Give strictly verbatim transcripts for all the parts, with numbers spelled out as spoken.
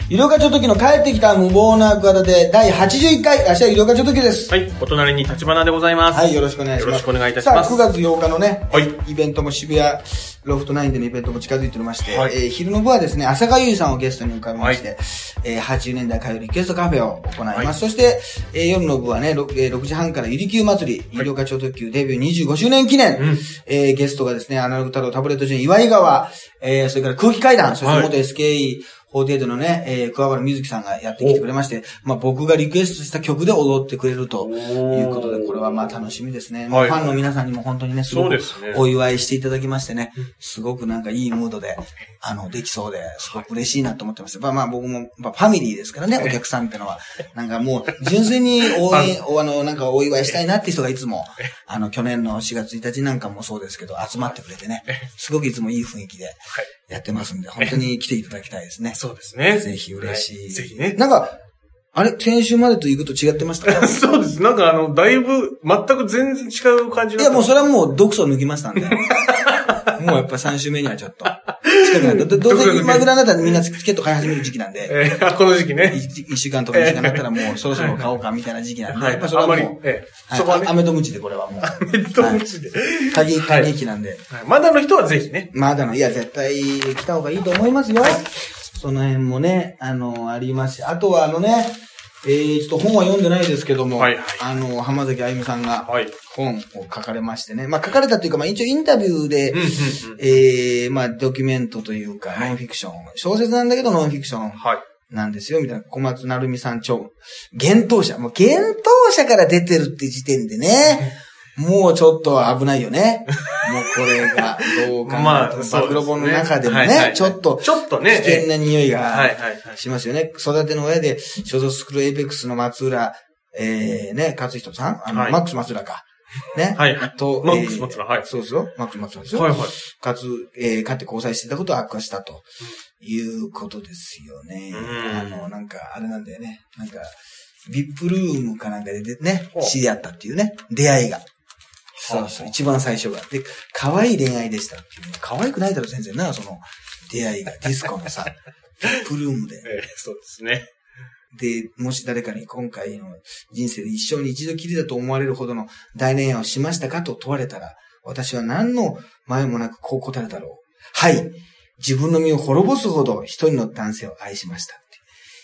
医療課長時の帰ってきた無謀な企てだいはちじゅういっかい、明日は医療課長時です。 はい、お隣に立花でございます。 はい、よろしくお願いします。 よろしくお願いいたします。 さあ、くがつようかのね、 はい、 イベントも渋谷ロフトナインでのイベントも近づいておりまして、 はい、 えー、昼の部はですね、浅香唯さんをゲストに迎えまして、はい、えー、はちじゅうねんだい歌謡リクエストカフェを行います。はい、そして、えー、夜の部はね、ろくじはんからゆりきゅう祭り、医療課長特急デビューにじゅうごしゅうねん記念、うん、えー、ゲストがですね、アナログ太郎タブレット順岩井川、えー、それから空気階段、そして元 エスケーイー、法廷でのね、えー、桑原瑞希さんがやってきてくれまして、まあ僕がリクエストした曲で踊ってくれるということで、これはまあ楽しみですね。はい、ファンの皆さんにも本当にね、すごくお祝いしていただきましてね、すごくなんかいいムードで、あの、できそうで、すごく嬉しいなと思ってました。まあまあ僕も、まあファミリーですからね、お客さんってのは。なんかもう、純粋に応援、あの、なんかお祝いしたいなって人がいつも、あの、去年のしがつついたちなんかもそうですけど、集まってくれてね、すごくいつもいい雰囲気でやってますんで、本当に来ていただきたいですね。 そうですね。 ぜひ嬉しい。はい、 ぜひね。 なんか、あれ先週までということ違ってましたか？ そうです。なんかあの、だいぶ、全く全然違う感じだった。 いや、もうそれはもう毒素抜きましたんで。もうやっぱさん週目にはちょっと。近くなった。どうせ今ぐらいだったらみんなチケット買い始める時期なんで。 えー、この時期ね。 いっしゅうかんとかにしかなったらもうそろそろ買おうかみたいな時期なんで。 はい、 やっぱそれはもう。 あんまり、えー、そこはね。飴とムチでこれはもう。 飴とムチで。 鍵、鍵期なんで。 まだの人はぜひね。 まだの、いや、絶対来た方がいいと思いますよ。その辺もね、あの、ありますし。あとはあのね、えー、ちょっと本は読んでないですけども、はいはい、あの、浜崎あゆみさんが本を書かれましてね。まあ書かれたというか、まあ一応インタビューで、うんうんうん、えー、まあドキュメントというか、はい、ノンフィクション。小説なんだけどノンフィクションなんですよ、みたいな。小松成美さん超、幻冬舎。もう幻冬舎から出てるって時点でね、もうちょっと危ないよね。もうこれが、どうかな。まあ、暴露本の中でもね、はいはいはい、ちょっと、 ちょっとね、 危険な匂いがしますよね。育ての親で、所属するエイペックスの松浦、えー、ね、勝人さんあの、はい、マックス松浦か。ね。 はい。あと、マックス松浦、はい。 そうですよ。マックス松浦ですよ。 はいはい。 かつ、えー、勝って交際してたことを悪化したということですよね。あの、なんか、あれなんだよね。なんか、ビップルームかなんかでね、知り合ったっていうね、出会いが。そうそう、一番最初が。で、可愛い恋愛でしたっていう。可愛くないだろ、全然な、その、出会いが。ディスコのさ、プルームで。 えー、そうですね。 で、もし誰かに今回の人生で一生に一度きりだと思われるほどの大恋愛をしましたかと問われたら、私は何の前もなくこう答えるだろう。はい。自分の身を滅ぼすほど一人の男性を愛しましたって。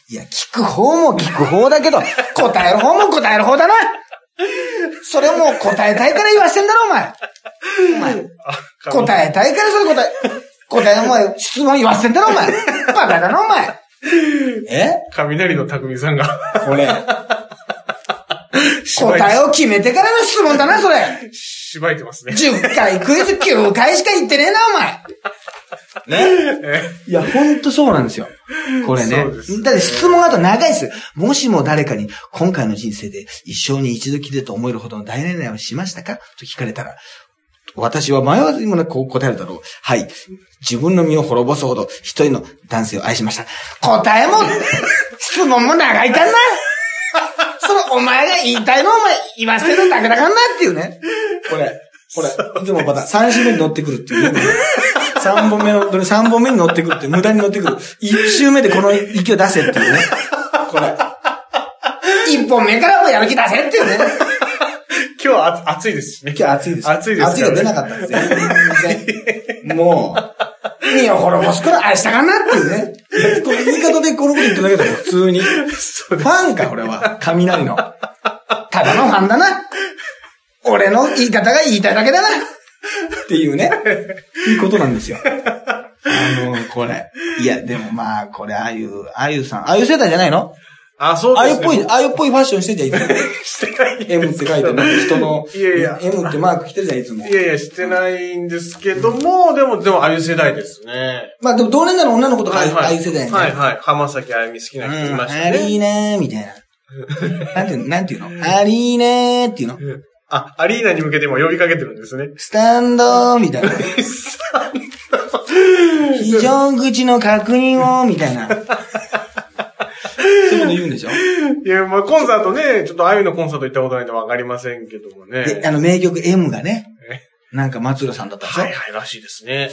いや、聞く方も聞く方だけど、答える方も答える方だな。それも答えたいから言わせてんだろ、お前。お前。答えたいからそれ答え、答え、お前、質問言わせてんだろ、お前。バカだな、お前。え雷の匠さんが。 これ。答えを決めてからの質問だな、それ。 しばいてますね。 じゅっかいクイズきゅうかいしか言ってねえな、お前。ね。いや、ほんとそうなんですよ。これね。だって質問があと長いです。もしも誰かに今回の人生で一生に一度きりだと思えるほどの大恋愛をしましたかと聞かれたら、私は迷わずにもなくこう答えるだろう。はい。自分の身を滅ぼすほど一人の男性を愛しました。答えも、質問も長いかんな。そのお前が言いたいのをお前言わせてるだけだかんなっていうね。これ。これ。いつもまたさん週目に乗ってくるっていうね。さんぼんめの、さんぼんめに乗ってくるって、無駄に乗ってくる。いち週目でこの勢い出せっていうね。これ。いっぽんめからもやる気出せっていうね。 今日は暑いですしね。 今日暑いです。 暑いです、ね。 暑いが出なかったんですよ。全然。もう、身を滅ぼすから愛したかなっていうね。この言い方でこのこと言ってるだけだよ、普通に。ファンか、俺は。雷の。ただのファンだな。俺の言い方が言いたいだけだな。っていうね。いうことなんですよ。あの、これ。いや、でもまあ、これ、あゆ、あゆさん。あゆ世代じゃないの？ あ、そうですね。 あゆっぽい、あゆっぽいファッションしてんじゃん、いつも。してない。M って書いてる人の。いやいや。M ってマーク着てるじゃん、いつも。 いやいや、してないんですけども、でも、でも、あゆ世代ですね。 まあ、でも、同年代の女の子とかあゆ世代ね。 はいはい。浜崎あゆみ好きな人いましたね。 ありーねー、みたいな。なんていうのなんていうのありーねーっていうの。 あ、アリーナに向けても呼びかけてるんですね。 スタンドーみたいな。スタンド非常口の確認をみたいな。そういうこと言うんでしょ？ いや、まあコンサートね、ちょっとあゆのコンサート行ったことないんでわかりませんけどもね。 で、あの名曲 M がね、なんか松浦さんだったでしょ？ はいはい、らしいですね。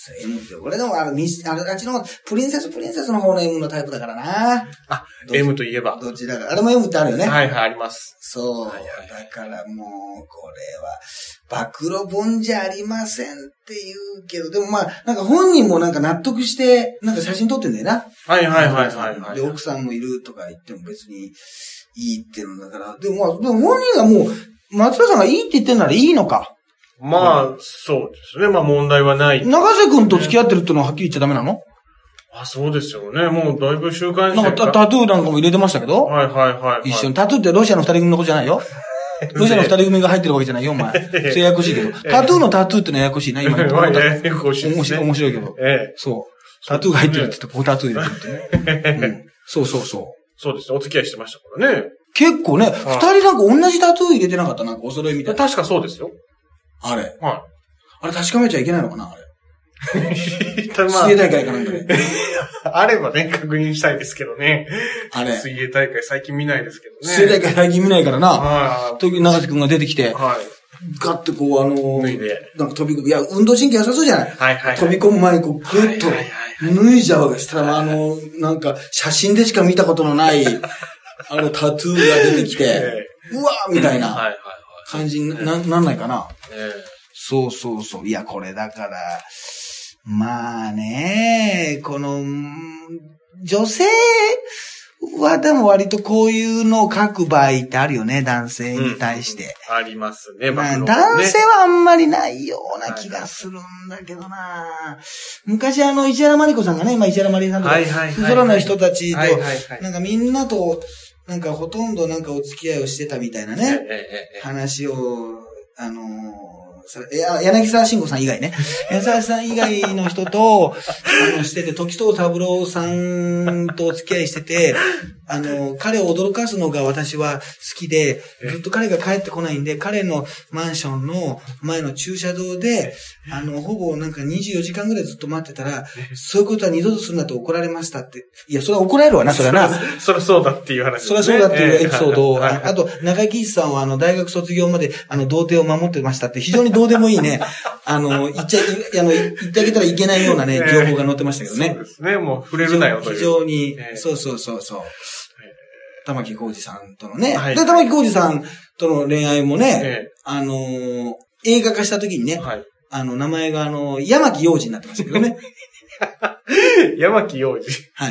M って、俺でもあの、ミス、あの、あっちの、プリンセスプリンセスの方の M のタイプだからな。 あ、M といえば。 どっちだから。あれも M ってあるよね。 はいはい、あります。 そう。はいはいはい、だからもう、これは、暴露本じゃありませんって言うけど、でもまあ、なんか本人もなんか納得して、なんか写真撮ってんだよな。 はいはいはいはい、はい。 で、奥さんもいるとか言っても別にいいっていうのだから。でもまあ、でも本人がもう、松田さんがいいって言ってんならいいのか。 まあ、そうですね。まあ問題はない。 長瀬くんと付き合ってるってのははっきり言っちゃダメなの？ あ、そうですよね。もうだいぶ週刊誌。 なんかタトゥーなんかも入れてましたけど。 はいはいはい、はい。 一緒に。タトゥーってロシアの二人組のことじゃないよ。ロシアの二人組が入ってるわけじゃないよ、お前。それややこしいけど。タトゥーのタトゥーってのはややこしいな、今言ったこと。 ややこしいですね。 面白いけど。ええ。そう。タトゥーが入ってるって言って、ここタトゥー入れてるってね。うん。そうそうそう。 そうですね。お付き合いしてましたからね。 結構ね、二人なんか同じタトゥー入れてなかったなんかお揃いみたいな。 確かそうですよ。 あれ。 はい。 あれ確かめちゃいけないのかなあれ。 まあ、 水泳大会かなんかで。 あればね、確認したいですけどね。 あれ。 水泳大会最近見ないですけどね。 水泳大会最近見ないからな。 はい。 時長瀬くんが出てきて。 はい。 ガッてこうあのー、 脱いで。 なんか飛び込む。いや、運動神経良さそうじゃない？ はいはい。 飛び込む前にこう、ぐっと脱いじゃうわけしたら、あのー、なんか写真でしか見たことのない、あのタトゥーが出てきて、うわーみたいな感じに な, なんないかな。そうそうそう。いや、これだから、まあね、この、女性はでも割とこういうのを書く場合ってあるよね、男性に対して。 うん、ありますね、 まあ、男性はあんまりないような気がするんだけどな、はい、昔あの、石原まりこさんがね、まあ石原まりさんとか、ふぞろの人たちと、なんかみんなと、なんかほとんどなんかお付き合いをしてたみたいなね、話を、あのー、え、柳沢慎吾さん以外ね。柳沢さん以外の人と、あの、してて、時藤三郎さんとお付き合いしてて、あの、彼を驚かすのが私は好きで、ずっと彼が帰ってこないんで、彼のマンションの前の駐車場で、あの、ほぼなんかにじゅうよじかんぐらいずっと待ってたら、そういうことは二度とするなと怒られましたって。いや、それは怒られるわな、それはな。 それはそうだっていう話ですね。 それはそうだっていうエピソードを、あと、中井貴一さんはあの、大学卒業まで、あの、童貞を守ってましたって、非常にどうでもいいね、あの、言っちゃ、あの、言ってあげたらいけないようなね、情報が載ってましたけどね。 そうですね、もう触れるなよという。 非常に、そうそうそうそう。玉木浩二さんとのね。はい、で、玉木浩二さんとの恋愛もね、ええ、あのー、映画化した時にね、はい、あの、名前があの、山木洋二になってましたけどね。 山木洋二。 はい。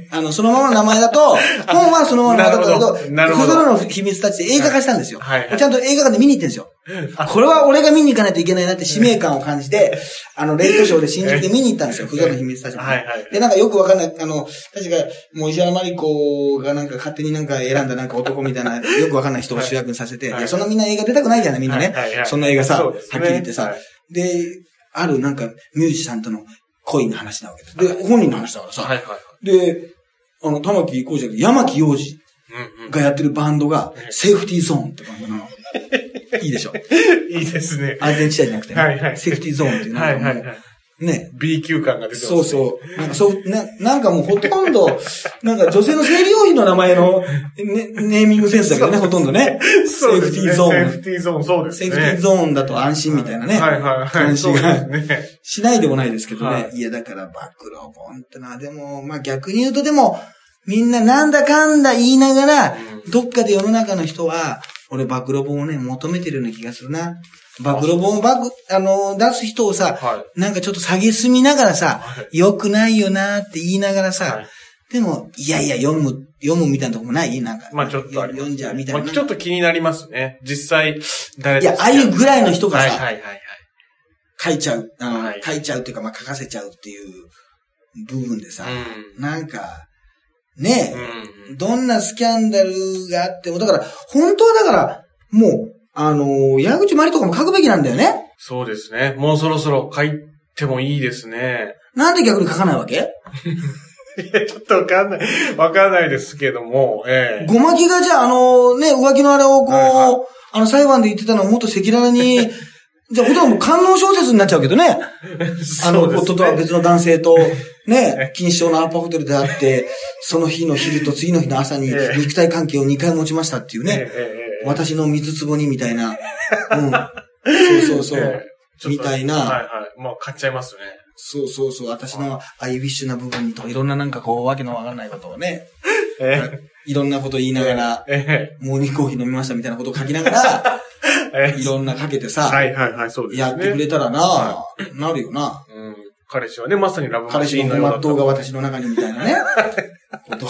あの、そのままの名前だと、本はそのままの名前だったけど、なるほど。ふぞろの秘密たちで映画化したんですよ。はいはい、ちゃんと映画館で見に行ってんですよ。これは俺が見に行かないといけないなって使命感を感じて、あの、レイトショーで新宿で見に行ったんですよ。ふぞろの秘密たちも。はいはい。で、なんかよくわかんない、あの、確か、もう石原まりこがなんか勝手になんか選んだなんか男みたいな、よくわかんない人を主役にさせて、はい、いや、そんなみんな映画出たくないじゃない、みんなね。はいはいはい、そんな映画さ、ね、はっきり言ってさ。はい、で、あるなんかミュージシャンとの恋の話なわけです。で、本人の話だからさ。はいはいはい、で、あの、玉木浩二じゃなくて、山木洋二がやってるバンドが、セーフティーゾーンってバンドなの。いいでしょ。 いいですね。 安全地帯じゃなくてね。はいはい。セーフティーゾーンっていうのがもう、はいはいはい、ね。 B 級感が出てます、ね。 そうそう。なんかそう、な、なんかもうほとんど、なんか女性の生理用品の名前の、ね、ネーミングセンスだけどね、ほとんどね。 そうですね。 セーフティーゾーン。 セーフティーゾーン、そうですね。 セーフティーゾーンだと安心みたいなね。はいはいはい。感じが、しないでもないですけどね。はい、いや、だから、暴露本ってのは、でも、まあ逆に言うとでも、みんななんだかんだ言いながら、うん、どっかで世の中の人は、俺暴露本をね、求めてるような気がするな。暴露本をバグ、あの、出す人をさ、はい、なんかちょっと下げすみながらさ、はい、良くないよなって言いながらさ、はい、でも、いやいや、読む、読むみたいなとこもないなんか。 まあちょっとあります、 読んじゃうみたいな。 まあちょっと気になりますね。実際、誰いや、ああいうぐらいの人がさ、 はいはいはいはい、 書いちゃう、あの、はい、書いちゃうっていうか、まあ書かせちゃうっていう部分でさ、うん、なんか、ねえ、うん、どんなスキャンダルがあっても、だから、本当はだから、もう、あのー、矢口まりとかも書くべきなんだよね。 そうですね。もうそろそろ書いてもいいですね。 なんで逆に書かないわけ？ いや、ちょっとわかんない、わかんないですけども、ええ。 ごまきがじゃあ、あのー、ね、浮気のあれをこう、はいはい、あの、裁判で言ってたのをもっと赤裸々に、じゃあ、ほとんど官能小説になっちゃうけどね。あの、ね、夫とは別の男性と、ね、錦糸町のアパホテルで会って、その日の昼と次の日の朝に肉体関係をにかい持ちましたっていうね。私の水壺にみたいな。うん。そうそうそう。みたいな。 はいはい。もう買っちゃいますね。 そうそうそう、私のアイウィッシュな部分にといろんななんかこう、わけのわからないことをね、えー、いろんなこと言いながら、えー、モーニングコーヒー飲みましたみたいなことを書きながら、えー、いろんなかけてさ、 はいはいはい、そうですね。 やってくれたらな、はい、なるよな。 うん、彼氏はね、まさにラブマシーンのような。彼氏の本が私の中にみたいなね、こと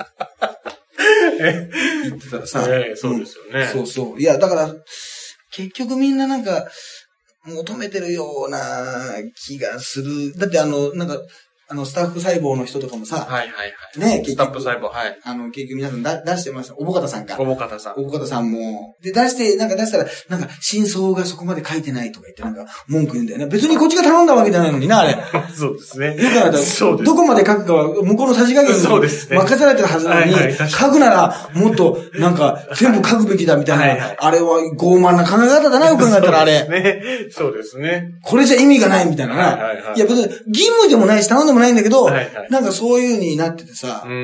え言ってたらさ、 えー、そうですよね、 うん。そうそう。いや、だから、結局みんななんか、求めてるような気がする。だってあの、なんか、あの、スタッフ細胞の人とかもさ、 はいはいはい。 ね、結局。スタッフ細胞、はい。 あの、結局皆さんだ出してました。おぼかたさんか。 おぼかたさん。 おぼかたさんも。で、出して、なんか出したら、なんか、真相がそこまで書いてないとか言って、なんか、文句言うんだよね。別にこっちが頼んだわけじゃないのにな、あれ。 そうですね。 だから、そうです。どこまで書くかは、向こうのさじ加減に任せられてるはずなのに、はいはい、書くなら、もっと、なんか、全部書くべきだみたいな、はいはい、あれは傲慢な考え方だな、よく考えたら、あれ。 そうですね。そうですね。 これじゃ意味がないみたいなな。はいはいはい、いや、別に、義務でもないし、頼んでもないんだけど、はいはい、なんかそういう風になっててさ、うん、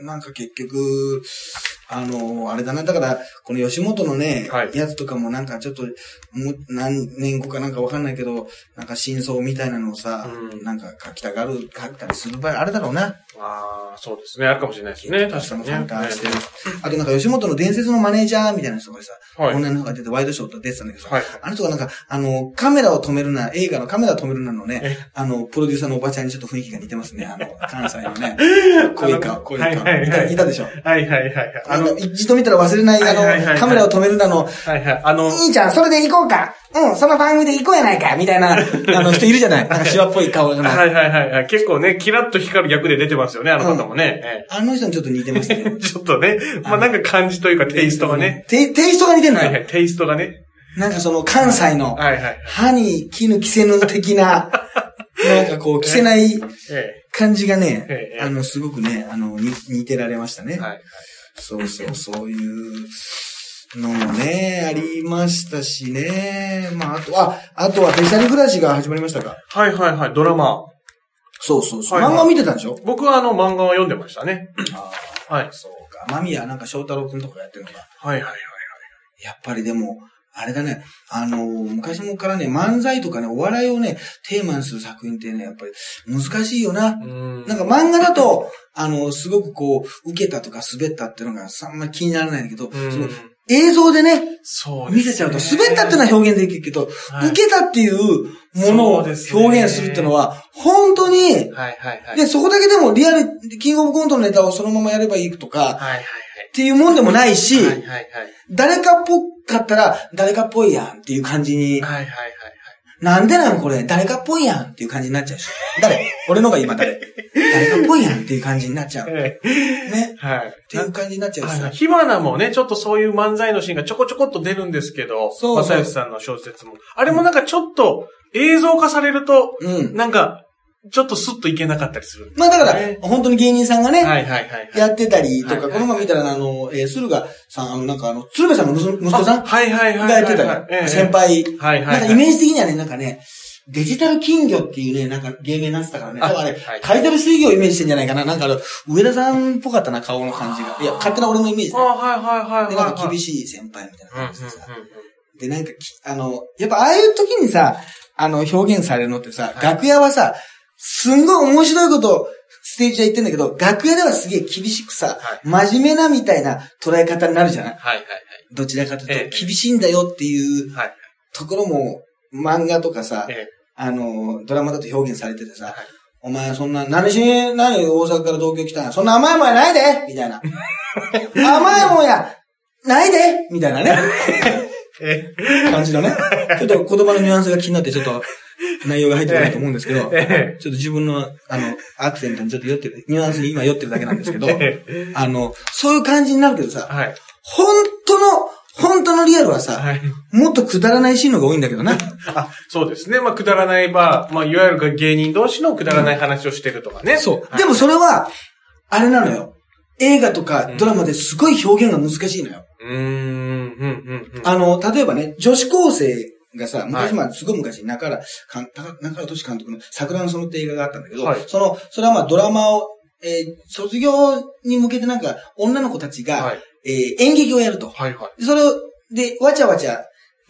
なんか結局、あの、あれだな、だから、この吉本のね、はい、やつとかもなんかちょっと、もう何年後かなんかわかんないけど、なんか真相みたいなのをさ、うん、なんか書きたがる、書いたりする場合あれだろうな。 ああ、そうですね。あるかもしれないですね。確かにね。 反対してる。あとなんか吉本の伝説のマネージャーみたいな人がさ、はい、女の人が出てワイドショーと出てたんだけどさ、はい、あの人がなんか、あの、カメラを止めるな、映画のカメラを止めるなのね、あの、プロデューサーのおばちゃんにちょっと雰囲気が似てますね。あの、関西のね。こういう顔、こういう顔。はいはいはい、いたでしょ。 はいはいはい。 あの、一度見たら忘れない、あの、はいはいはい、カメラを止めるなの、はいはい、あの、いいじゃん、それで行こうか。うん、その番組で行こうやないか、みたいな、あの人いるじゃない。なんかシワっぽい顔が。 はいはいはい。結構ね、キラッと光る役で出てますよね、あの方もね。 うん、あの人にちょっと似てますね。 ちょっとね。まあなんか感じというかテイストがね。 テイストが似てんのよ。 はいはい、テイストがね。 なんかその関西の、はいはい、歯に絹着せぬ的な、なんかこう着せない感じがね、ええ、あの、すごくね、あの、似てられましたね。はいはい、そうそう、そういう、のもね、ありましたしね。まあ、あと、あ、あとはデジタル暮らしが始まりましたか。 はいはいはい、ドラマ。 そうそうそう。はいはい、漫画見てたんでしょ？ 僕はあの漫画を読んでましたね。 ああ、はい。そうか。間宮なんか翔太郎くんとかやってるのか。 はいはいはいはい。 やっぱりでも、あれだね、あの、昔もからね、漫才とかね、お笑いをね、テーマにする作品ってね、やっぱり難しいよな。うんなんか漫画だと、あの、すごくこう、受けたとか滑ったっていうのがあんまり気にならないんだけど、その映像でね、そう見せちゃうと、滑ったっていうのは表現できるけど、はい、受けたっていうものを表現するっていうのは、本当に、はいはいはい、で、そこだけでもリアル、キングオブコントのネタをそのままやればいいとか、はいはいはい、っていうもんでもないし、はいはいはい、誰かっぽかったら、誰かっぽいやんっていう感じに、はいはいはいはい、なんでなんこれ、誰かっぽいやんっていう感じになっちゃうし。誰俺のが今誰誰かっぽいやんっていう感じになっちゃう。ね。はい。っていう感じになっちゃうし。 火花もね、ちょっとそういう漫才のシーンがちょこちょこっと出るんですけど、そう。正義さんの小説も。あれもなんかちょっと映像化されると、うん、なんか、ちょっとスッといけなかったりする、ね。 まあだから、本当に芸人さんがね、はいはいはい、やってたりとか、はいはいはい、このまま見たら、あの、えー、駿河さん、あの、なんかあの、鶴瓶さんの息子さんはいはいはい。がやってたり、えー、先輩、はいはいはい。なんかイメージ的にはね、なんかね、デジタル金魚っていうね、なんか芸名になってたからね。だからね、買い取り水魚をイメージしてんじゃないかな。なんかあの、上田さんっぽかったな、顔の感じが。いや、勝手な俺のイメージだ。あはいはいはい。で、なんか厳しい先輩みたいな感じでさ。で、なんか、あの、やっぱああいう時にさ、あの、表現されるのってさ、楽屋はさ、すんごい面白いことをステージで言ってんだけど、楽屋ではすげえ厳しくさ、はい、真面目なみたいな捉え方になるじゃない？はいはいはい。どちらかというと、厳しいんだよっていうところも、漫画とかさ、ええ、あの、ドラマだと表現されててさ、はい、お前そんな、何しに、何大阪から東京来たんや、そんな甘いもんやないでみたいな。甘いもんやないでみたいなね。感じのね。ちょっと言葉のニュアンスが気になってちょっと、内容が入ってこないと思うんですけど、ええ、ちょっと自分の、あの、アクセントにちょっと酔ってる、ニュアンスに今酔ってるだけなんですけど、ええ、あの、そういう感じになるけどさ、はい、本当の、本当のリアルはさ、はい、もっとくだらないシーンのが多いんだけどな。 あ、そうですね。まあ、くだらない場、まあ、いわゆる芸人同士のくだらない話をしてるとかね。うん、 そう、はい。でもそれは、あれなのよ。映画とかドラマですごい表現が難しいのよ。うーん、うん、うん、うん。あの、例えばね、女子高生、がさ、昔まあ、すごい昔、中原、中原俊監督の桜の園って映画があったんだけど、はい、その、それはまあドラマを、えー、卒業に向けてなんか、女の子たちが、はい、えー、演劇をやると。はいはい、それを、で、わちゃわちゃ、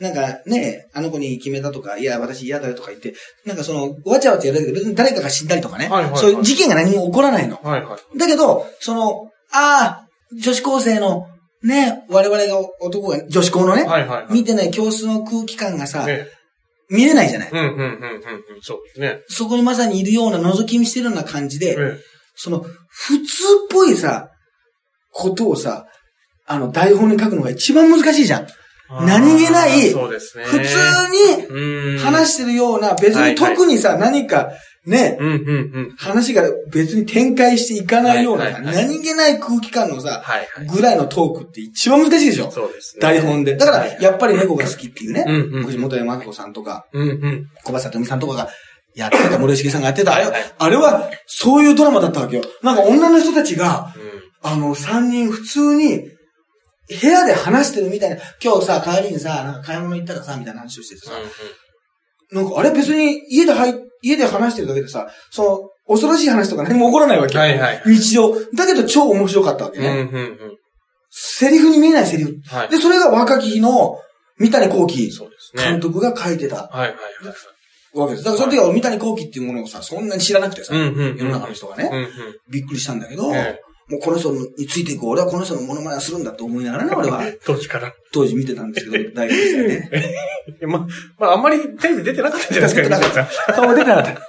なんかね、あの子に決めたとか、いや、私嫌だよとか言って、なんかその、わちゃわちゃやるだけで別に誰かが死んだりとかね、はいはいはい、そういう事件が何も起こらないの。はいはい、だけど、その、ああ、女子高生の、ね、我々が男が、女子高のね、はいはいはい、見てない教室の空気感がさ、ね、見れないじゃない。うんうんうんうん、そうですね。そこにまさにいるような覗き見してるような感じで、ね、その、普通っぽいさ、ことをさ、あの、台本に書くのが一番難しいじゃん。何気ない、そうですね、普通に話してるような、別に特にさ、何かね、話が別に展開していかないような、何気ない空気感のさ、ぐらいのトークって一番難しいでしょ。そうですね。台本で。だから、やっぱり猫が好きっていうね、藤本山彦さんとか、小葉里美さんとかがやってた、森重さんがやってた、あれ、あれはそういうドラマだったわけよ。なんか女の人たちが、あの、三人普通に、部屋で話してるみたいな、今日さ、帰りにさ、なんか買い物行ったらさ、みたいな話をしててさ、うんうん、なんかあれ別に家で入、家で話してるだけでさ、その、恐ろしい話とか何も起こらないわけ。はいはい。日常。だけど超面白かったわけね。うんうんうん、セリフに見えないセリフ。はい、で、それが若き日の三谷幸喜監督が書いてた。はいはいはい。わけです。だからその時は三谷幸喜っていうものをさ、そんなに知らなくてさ、うんうんうん、世の中の人がね、うんうん、びっくりしたんだけど、ええもうこの人についていく。俺はこの人のモノマネをするんだと思いながらね、俺は。当時から。当時見てたんですけど、大学時代ね。 ま、まあ、あんまりテレビ出てなかったじゃないですか。出てなかった。 顔出てなかった。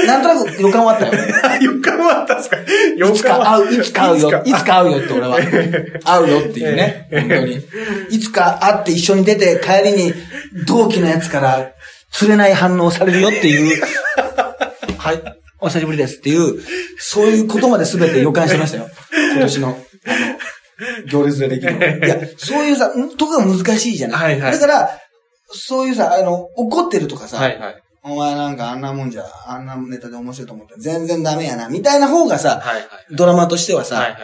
なんとなく予感はあったよ。 予感はあったんですか。 いつか会う、いつか会うよ。いつか会うよって俺は。会うよっていうね。本当に。いつか会って一緒に出て帰りに同期のやつから釣れない反応されるよっていう。はい。お久しぶりですっていう、そういうことまで全て予感してましたよ。今年の、あの、行列でできる。いや、そういうさ、とかが難しいじゃない。はいはい、だから、そういうさ、あの、怒ってるとかさ、はいはい、お前なんかあんなもんじゃ、あんなネタで面白いと思ったら全然ダメやな、みたいな方がさ、はいはい、ドラマとしてはさ、はいはい、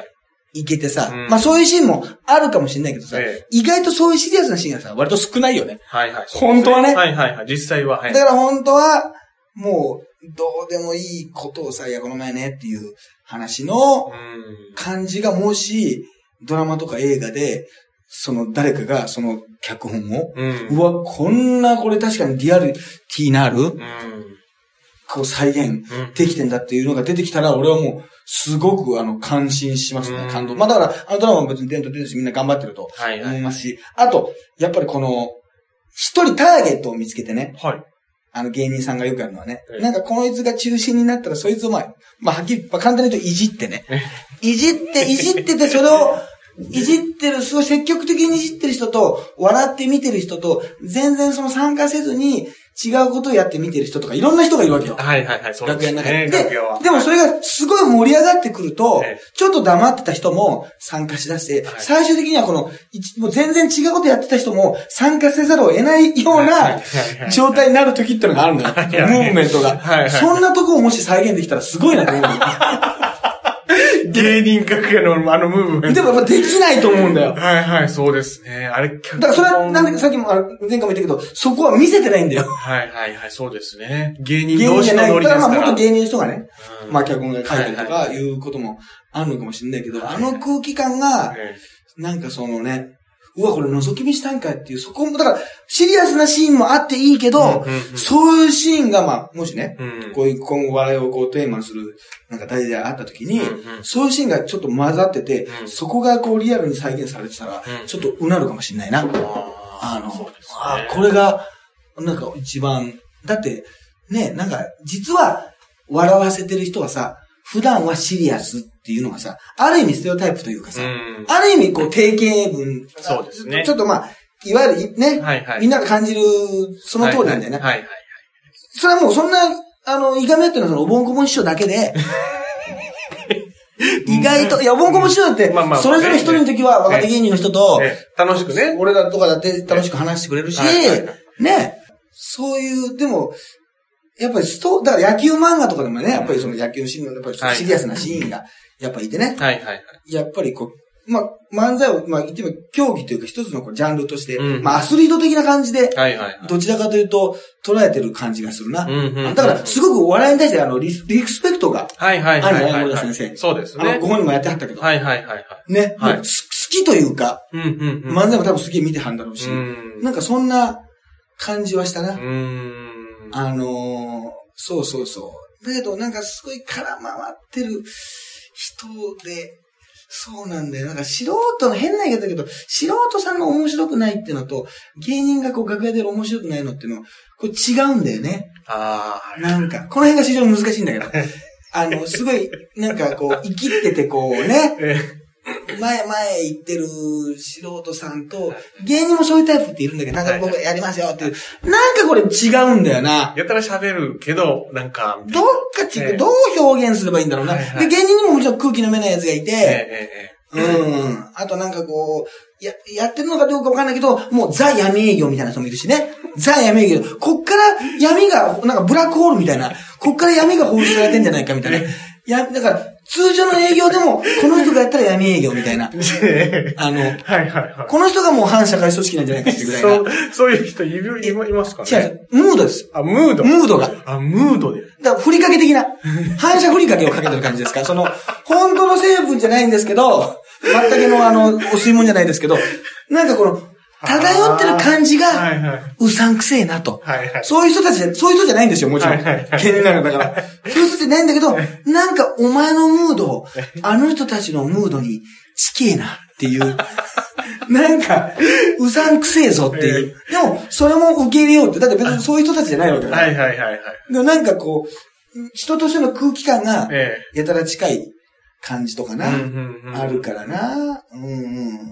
いけてさ、うん、まあそういうシーンもあるかもしれないけどさ、ええ、意外とそういうシリアスなシーンがさ、割と少ないよね。はいはい。本当はね。 はいはいはい。実際は。はい、 だから本当は、もう、どうでもいいことをさ、いや、この前ねっていう話の感じがもし、ドラマとか映画で、その誰かがその脚本を、うん、うわ、こんなこれ確かにリアリティなる、うん、こう再現できてんだっていうのが出てきたら、俺はもう、すごくあの、感心しますね、感動。まあだから、あのドラマも別に伝統出てるし、みんな頑張ってると思いますし、はいはい、あと、やっぱりこの、一人ターゲットを見つけてね、はいあの芸人さんがよくやるのはね。なんかこいつが中心になったらそいつをまあ、まあはっきり、まあ簡単に言うといじってね。いじって、いじっててそれを、いじってる、すごい積極的にいじってる人と、笑って見てる人と、全然その参加せずに違うことをやって見てる人とかいろんな人がいるわけよ。はいはいはい。そうですね。楽屋の中で。で、でもそれがすごい盛り上がってくると、ちょっと黙ってた人も参加しだして、最終的にはこの、もう全然違うことやってた人も参加せざるを得ないような状態になる時ってのがあるのよ。ムーブメントが。そんなとこをもし再現できたらすごいなと思う。 芸人楽屋のあのムーブメント。 でもやっぱできないと思うんだよ。 はいはい、そうですね。あれ、だからそれは、なんでさっきも、前回も言ったけど、そこは見せてないんだよ。 はいはいはい、そうですね。芸人同士のノリですから。 まあもっと芸人の人がね、うん、まあ脚本が書いたりとかいうこともあるのかもしれないけど、あの空気感が、なんかそのね、うわ、これ覗き見したんかっていう、そこも、だから、シリアスなシーンもあっていいけど、うんうんうん、そういうシーンが、まあ、もしね、うん、こういう今後笑いをこうテーマにする、なんか題であった時に、うんうん、そういうシーンがちょっと混ざってて、うん、そこがこうリアルに再現されてたら、うん、ちょっとうなるかもしれないな。うん、あの、ね、あ、これが、なんか一番、だって、ね、なんか、実は、笑わせてる人はさ、普段はシリアスっていうのがさ、ある意味ステレオタイプというかさ、うん、ある意味こう定型文。 そうですね。 ちょっとまあ、いわゆるね、はいはい、みんなが感じるその通りなんだよね。はいはいはいはい、それはもうそんな、あの、いがめっていうのはそのおぼんこぼん師匠だけで、意外と、いや、おぼんこぼん師匠って、それぞれ一人の時は若手芸人の人と、 楽しくね。 俺らとかだって楽しく話してくれるし、ね、そういう、でも、やっぱりスト、だから野球漫画とかでもね、やっぱりその野球のシーンの、やっぱりシリアスなシーンが、やっぱりいてね。はいはいはい。やっぱりこう、まあ、漫才を、まあ、言っても競技というか一つのこうジャンルとして、うん、まあ、アスリート的な感じで、はいはいはい。どちらかというと、捉えてる感じがするな。うんうんうん、だから、すごくお笑いに対してあのリス、リスペクトが、はいはいはいはい、はい。あるね、先生。そうですね。あの、ご本人もやってはったけど。はいはいはいはい。ね。はい。好きというか、うんうんうん、漫才も多分すげえ見てはんだろうし、うん、なんかそんな、 感じはしたな。 うーん。 あのー、そうそうそう。だけどなんかすごい空回ってる人で、そうなんだよ。なんか素人の変な言い方だけど、素人さんの面白くないっていうのと、芸人がこう楽屋で面白くないのっていうのは、これ違うんだよね。 ああ。 なんか、この辺が非常に難しいんだけど、あの、すごい、なんかこう、生きっててこうね、前、前行ってる素人さんと、芸人もそういうタイプっているんだけど、なんか僕やりますよっていう、なんかこれ違うんだよな。 やったら喋るけど、なんか、 どっか違う、どう表現すればいいんだろうな。で、芸人にももちろん空気読めないやつがいて、うん。あとなんかこう、や、やってるのかどうかわかんないけど、もうザ闇営業みたいな人もいるしね。ザ闇営業。こっから闇が、なんかブラックホールみたいな、こっから闇が放出されてんじゃないかみたいな。や、だから、通常の営業でも、この人がやったら闇営業みたいな。あの、はいはいはい。この人がもう反社会組織なんじゃないかっていうぐらいな。 そう、そういう人いる、いますかね。 違う、ムードです。 あ、ムード。 ムードが。 あ、ムードで。 だから、ふりかけ的な。反射ふりかけをかけてる感じですか。その、本当の成分じゃないんですけど、全くのあの、お吸い物じゃないですけど、なんかこの、漂ってる感じが、うさんくせえなと。はいはい、そういう人たちで、そういう人じゃないんですよ、もちろん。芸人なんだから。そういう人じゃないんだけど、なんかお前のムード、あの人たちのムードに近えなっていう。なんか、うさんくせえぞっていう。でも、それも受け入れようって。だって別にそういう人たちじゃないわけだから。 はいはいはいはい。 でもなんかこう、人としての空気感が、やたら近い。感じとかな、うんうんうん、あるからな、うんうん、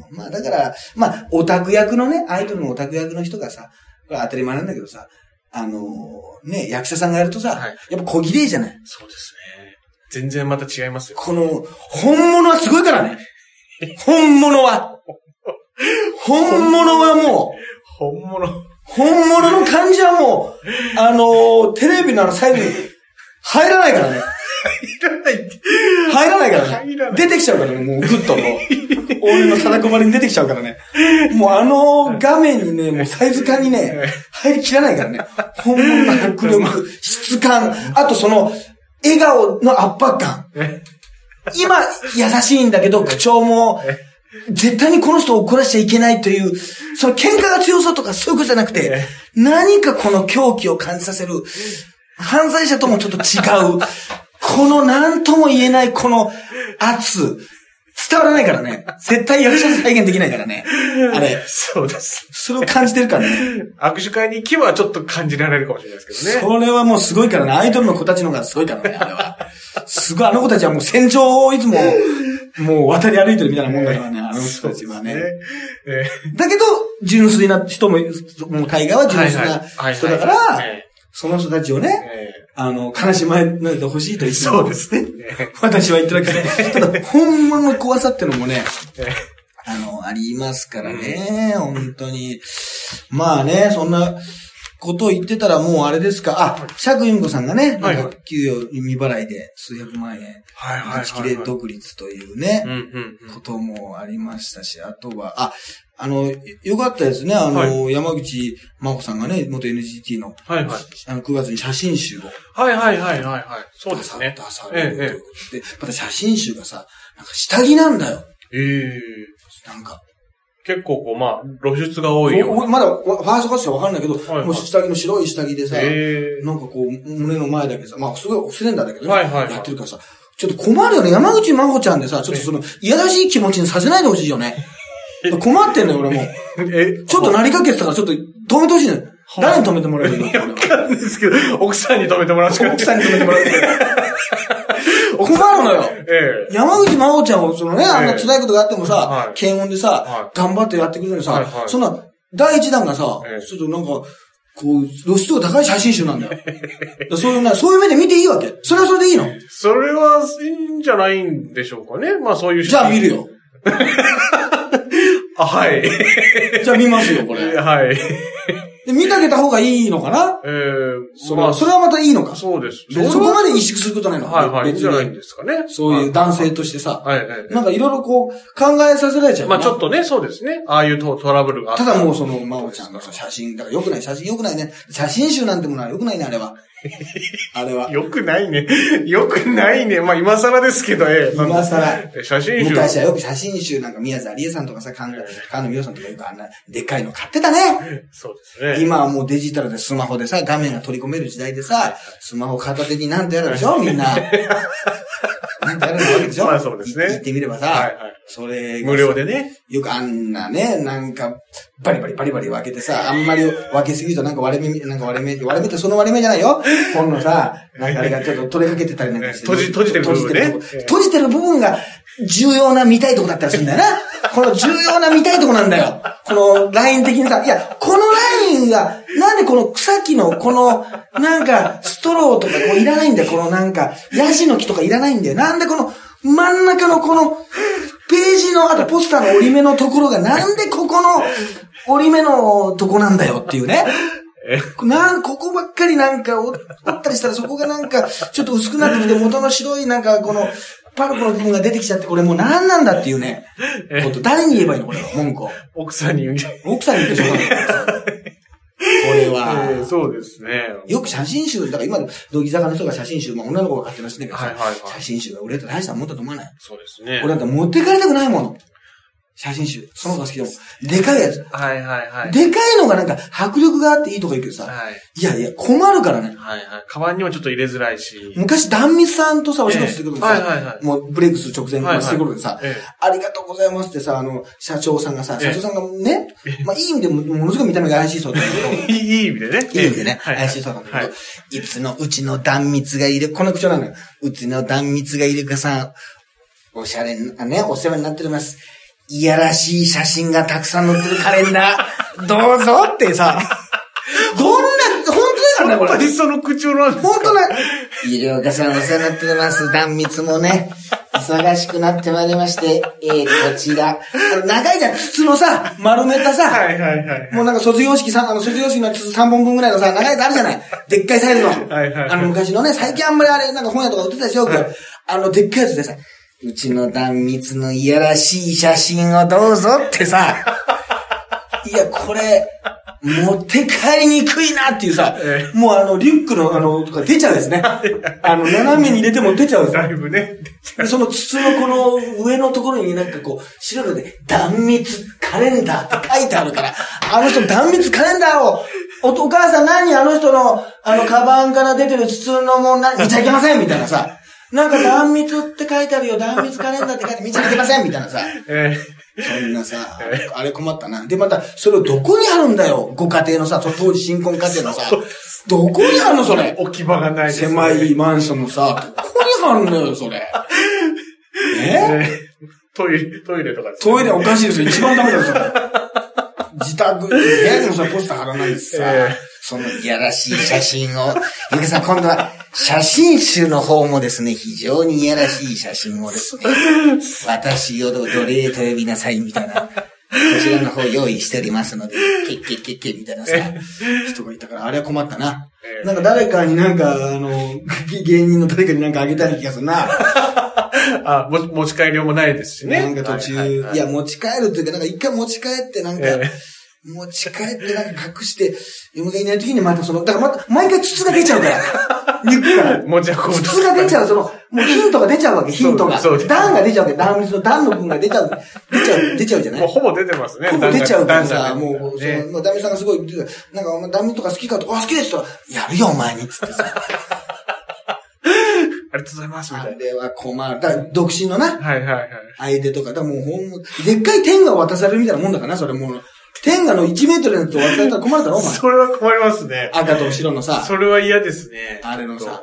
まあだから、まあオタク役のね、アイドルのオタク役の人がさ、これ当たり前なんだけどさ、あのー、ね、役者さんがやるとさ、はい、やっぱ小綺麗じゃない。 そうですね。全然また違いますよ。 この、本物はすごいからね。本物は。本物はもう、 本物。 本物の感じはもう、あのー、テレビのあの最後に入らないからね。 入らない。 入らないからね。入らない。出てきちゃうからね、もうグッとこう。俺の貞子までに出てきちゃうからね。もうあの画面にね、もうサイズ感にね、入りきらないからね。本物の迫力、質感、あとその、笑顔の圧迫感。今、優しいんだけど、口調も、絶対にこの人を怒らしちゃいけないという、その喧嘩が強さとかそういうことじゃなくて、何かこの狂気を感じさせる、犯罪者ともちょっと違う、この何とも言えないこの圧、伝わらないからね。絶対役者で再現できないからね。あれ。 そうです。 それを感じてるからね。 握手会に行けばちょっと感じられるかもしれないですけどね。 それはもうすごいからね。アイドルの子たちの方がすごいからね、あれは。すごい、あの子たちはもう戦場をいつも、もう渡り歩いてるみたいなもんだからね、あの人たちはね。ねえー、だけど、純粋な人も、もう大概は純粋な人だから、その人たちをね、えーあの、悲しまないでほしいと言って。 そうですね。 私は言ってるわけで。ただ、本物の怖さってのもね、あの、ありますからね、うん、本当に。まあね、そんなことを言ってたらもうあれですか。あ、釈由美子さんがね、なんか給与未払いで数百万円、自力で独立というね、こともありましたし、あとは、あ、あの、よかったですね。あの、はい、山口真帆さんがね、元 エヌジーティー の、はいはい、あの、くがつに写真集を。 はいはいはいはいはい。そうですね。 出されるということで、ええ、また写真集がさ、なんか下着なんだよ。 ええー。 なんか。 結構こう、まあ、露出が多いよ。 まだ、ファーストカットしかわかんないけど、はいはい、もう下着の白い下着でさ、えー、なんかこう、胸の前だけさ、まあ、すごいスレンダーだけどね、はいはいはい、やってるからさ、ちょっと困るよね。山口真帆ちゃんでさ、ちょっとその、いやらしい気持ちにさせないでほしいよね。困ってんのよ、俺も。えちょっとなりかけてたから、ちょっと止めてほしいのよ。誰に止めてもらえるの？ いや、わかんないですけど、奥さんに止めてもらうしかない。 奥さんに止めてもらう。困るのよ。ええ、山口真帆ちゃんを、そのね、あんな辛いことがあってもさ、はい、検温でさ、はい、頑張ってやってくれるのにさ、はいはい、そんな、第一弾がさ、ええ、ちょっとなんか、こう、露出が高い写真集なんだよ。そういうな、そういう目で見ていいわけ。それはそれでいいの？ それはいいんじゃないんでしょうかね。まあそういう写真。じゃあ見るよ。 あ、はい。 じゃあ見ますよ、これ。 はい。 で、見てあげた方がいいのかな？ええー、それは、まあ、それはまたいいのか。 そうです。 でそこまで萎縮することないの？ はいはい。別に。じゃないんですかね。 そういう男性としてさ。 はいはい。 なんかいろいろこう、考えさせられちゃう。 まあちょっとね、そうですね。ああいうトラブルがあった。 ただもうその、真央ちゃんのさ、写真、だから良くない、写真良くないね。写真集なんてものは良くないね、あれは。 あれは。 よくないね。よくないね。まあ今更ですけど、ええ。今更。 写真集。 昔はよく写真集なんか宮沢りえさんとかさ、菅野美穂さんとかよくあんなでっかいの買ってたね。 そうですね。 今はもうデジタルでスマホでさ、画面が取り込める時代でさ、スマホ片手になんてやるでしょみんな。なんてやるわけでしょまあそうですね。 言ってみればさ、はいはい、それ無料でね。 よくあんなね、なんか、バリバリバリバリ分けてさ、あんまり分けすぎるとなんか割れ目、なんか割れ目、割れ目ってその割れ目じゃないよ。本のさ、なんかあれがちょっと取れかけてたりなんかして。 閉じ、閉じてる部分ね。 閉じてる部分が重要な見たいとこだったらするんだよな。この重要な見たいとこなんだよ。このライン的にさ、いや、このラインが、なんでこの草木のこの、なんか、ストローとかこういらないんだよ。このなんか、ヤシの木とかいらないんだよ。なんでこの、真ん中のこの、ページの、あとポスターの折り目のところが、なんでここの折り目のとこなんだよっていうね。なん、ここばっかりなんか折ったりしたらそこがなんか、ちょっと薄くなってきて元の白いなんかこの、パルプの部分が出てきちゃって、これもう何なんだっていうね。こと、誰に言えばいいのこれは、文句を。 奥さんに言うんじゃ奥さんに言ってしょうがない。これは、 えー。そうですね。 よく写真集、だから今、道木坂の人が写真集、まあ女の子が買ってらっしゃるんだけどさ、はいはいはい、写真集が売れたら大したもんだと思わない。 そうですね。 俺だって持って帰りたくないもの。写真集。その子が好きでも。でかいやつ。 はいはいはい。 でかいのがなんか迫力があっていいとか言うけどさ。はい。いやいや、困るからね。 はいはい。カバンにもちょっと入れづらいし。 昔、壇蜜さんとさ、お仕事してくるのさ、 えー、はいはいはい。 もうブレイクする直前のしてくるでさ、 えー、 ありがとうございますってさ、あの、社長さんがさ、社長さんがね、えー、まあいい意味でも、ものすごい見た目が怪しいそうだけど。 いい意味でね。 いい意味でね。はいはい、怪しいそうなんだけど、はい、いつのうちの壇蜜がいる、この口調なのよ。うちの壇蜜がいるかさ、おしゃれな、ね、お世話になっております。いやらしい写真がたくさん載ってるカレンダー、どうぞってさ、どんな、本当だからね、これ。 本当にその口調なんですか？ 本当だ。医療家さんお世話になっております。断蜜もね、忙しくなってまいりまして、えー、こちら。あの、長いじゃん、筒のさ、丸めたさ、 はいはいはい。 もうなんか卒業式さ、あの、卒業式の筒さんぼんぶんぐらいのさ、長いやつあるじゃない。でっかいサイズの。はいはいはい。あの、昔のね、最近あんまりあれ、なんか本屋とか売ってたでしょ、はい、あの、でっかいやつでさ、うちの断蜜のいやらしい写真をどうぞってさ、いや、これ、持って帰りにくいなっていうさ、ええ、もうあの、リュックのあの、とか出ちゃうですね。あの、斜めに入れても出ちゃうです。 だいぶね。 で、その筒のこの上のところになんかこう、白ので、断蜜カレンダーって書いてあるから、あの人断蜜カレンダーを、お、お母さん何あの人の、あの、カバンから出てる筒のもんな、見ちゃいけませんみたいなさ。なんか断蜜って書いてあるよ、断蜜カレンダーって書いて見ちゃいけませんみたいなさ。えー、そんなさ、あれ困ったな。で、また、それをどこにあるんだよ、ご家庭のさ、当時新婚家庭のさ。どこにあるの、それ。 置き場がないですね。 狭いマンションのさ、どこにあるのよ、それ。ええー、トイレ、トイレとかですね。トイレおかしいですよ。一番ダメだよ、それ。自宅、部屋にもさ、ポスター貼らないでさ、えー、そのいやらしい写真を、ゆきさん、今度は、写真集の方もですね、非常にいやらしい写真をですね、私を奴隷と呼びなさいみたいな、こちらの方用意しておりますので、ケッケッケッケッみたいなさ、人がいたから、あれは困ったな。なんか誰かになんか、あの、芸人の誰かになんかあげたい気がするな。 あ、も、持ち帰りもないですしね。 なんか途中、はいはいはい、いや、持ち帰るっていうか、なんか一回持ち帰ってなんか、えー持ち帰ってなんか隠して、嫁がいない時にまたその、だからまた、毎回筒が出ちゃうから。リュックから。 持ち運ぶ。 筒が出ちゃう、その、もうヒントが出ちゃうわけ、ヒントが。そうです。段が出ちゃうわけ、段水の段の分が出ちゃう、出ちゃう、出ちゃうじゃない？ もうほぼ出てますね。 ほぼ出ちゃうからさ、もう、その、まあ、ダメさんがすごい、なんか、お前ダメとか好きかと、あ、好きですと、やるよ、お前に、つってさ。 ありがとうございます、みたいな。 あれは困る。だから、独身のな。 はいはいはい。 相手とか、だもうほん、でっかい天が渡されるみたいなもんだからな、それもう。天下のいちメートルのやつを渡されたら困るだろ、お前。 それは困りますね。 赤と白のさ。 それは嫌ですね。 あれのさ。 はい。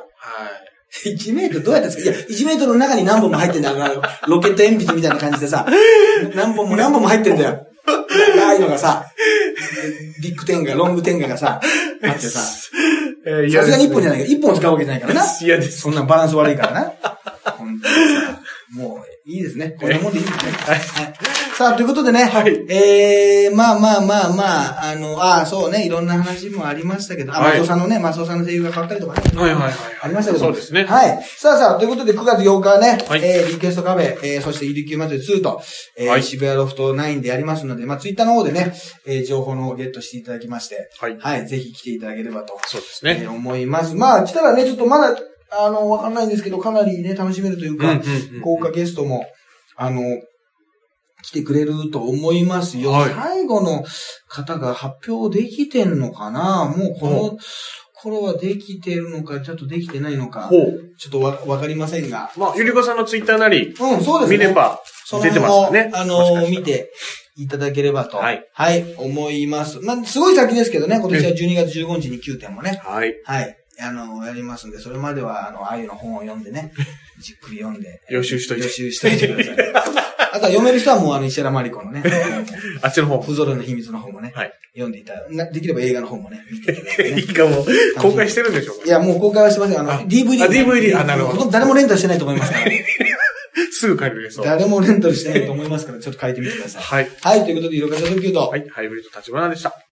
いちメートルどうやってですか？いや、いちメートルの中に何本も入ってんだよ。あの、ロケット鉛筆みたいな感じでさ。何本も何本も入ってんだよ。長いのがさ、ビッグ天下、ロング天下がさ、あってさ。さすがにいっぽんじゃないけど、いっぽん使うわけじゃないからな。 嫌です。 そんなバランス悪いからな。本当にさ。もう、 いいですね。こんなもんでいいですね。はい。さあ、ということでね。 はい。 えー、まあまあまあまあ、あの、ああ、そうね、いろんな話もありましたけど、あ、松尾さんのね、松尾さんの声優が変わったりとかね。 はいはいはい。 ありましたけど。 そうですね。 はい。さあさあ、ということでくがつようかはね、 はい、 えー、リクエストカフェ、えー、そしてイリキュー祭りツーと、えー、はい、渋谷ロフトナインでやりますので、まあ、ツイッターの方でね、えー、情報のゲットしていただきまして、はい。はい、ぜひ来ていただければと。 そうですね。 えー、思います。まあ、来たらね、ちょっとまだ、あの、わかんないんですけど、かなりね、楽しめるというか、うんうんうんうん、豪華ゲストも、あの、来てくれると思いますよ。はい、最後の方が発表できてんのかな？もうこの頃はできてるのか、ちょっとできてないのか、ちょっとわ、わかりませんが。 まあ、ゆりこさんのツイッターなり、 うん、そうですね。 見れば、出てますかね。 あの、見ていただければと、はい、はい、思います。まあ、すごい先ですけどね、今年はじゅうにがつじゅうごにちにきゅうてんもね。はい。はい。あの、やりますんで、それまでは、あの、あゆの本を読んでね、じっくり読んで。 予習しといて。 予習しといてください。あとは読める人はもう、あの、石原まりこのね、 あっちの方。 不揃いの秘密の方もね、はい、読んでいただできれば映画の方もね、見ていただいて、ね。 いいかも。公開してるんでしょうか？ いや、もう公開はしてません。あの、ディーブイディー。 あ、ディーブイディー、あ、なるほど。 誰もレンタルしてないと思いますから。 すぐ借りるそう。 誰もレンタルしてないと思いますから、ちょっと借りてみてください。はい。はい、ということで、色々特急と。 はい、ハイブリッド立花でした。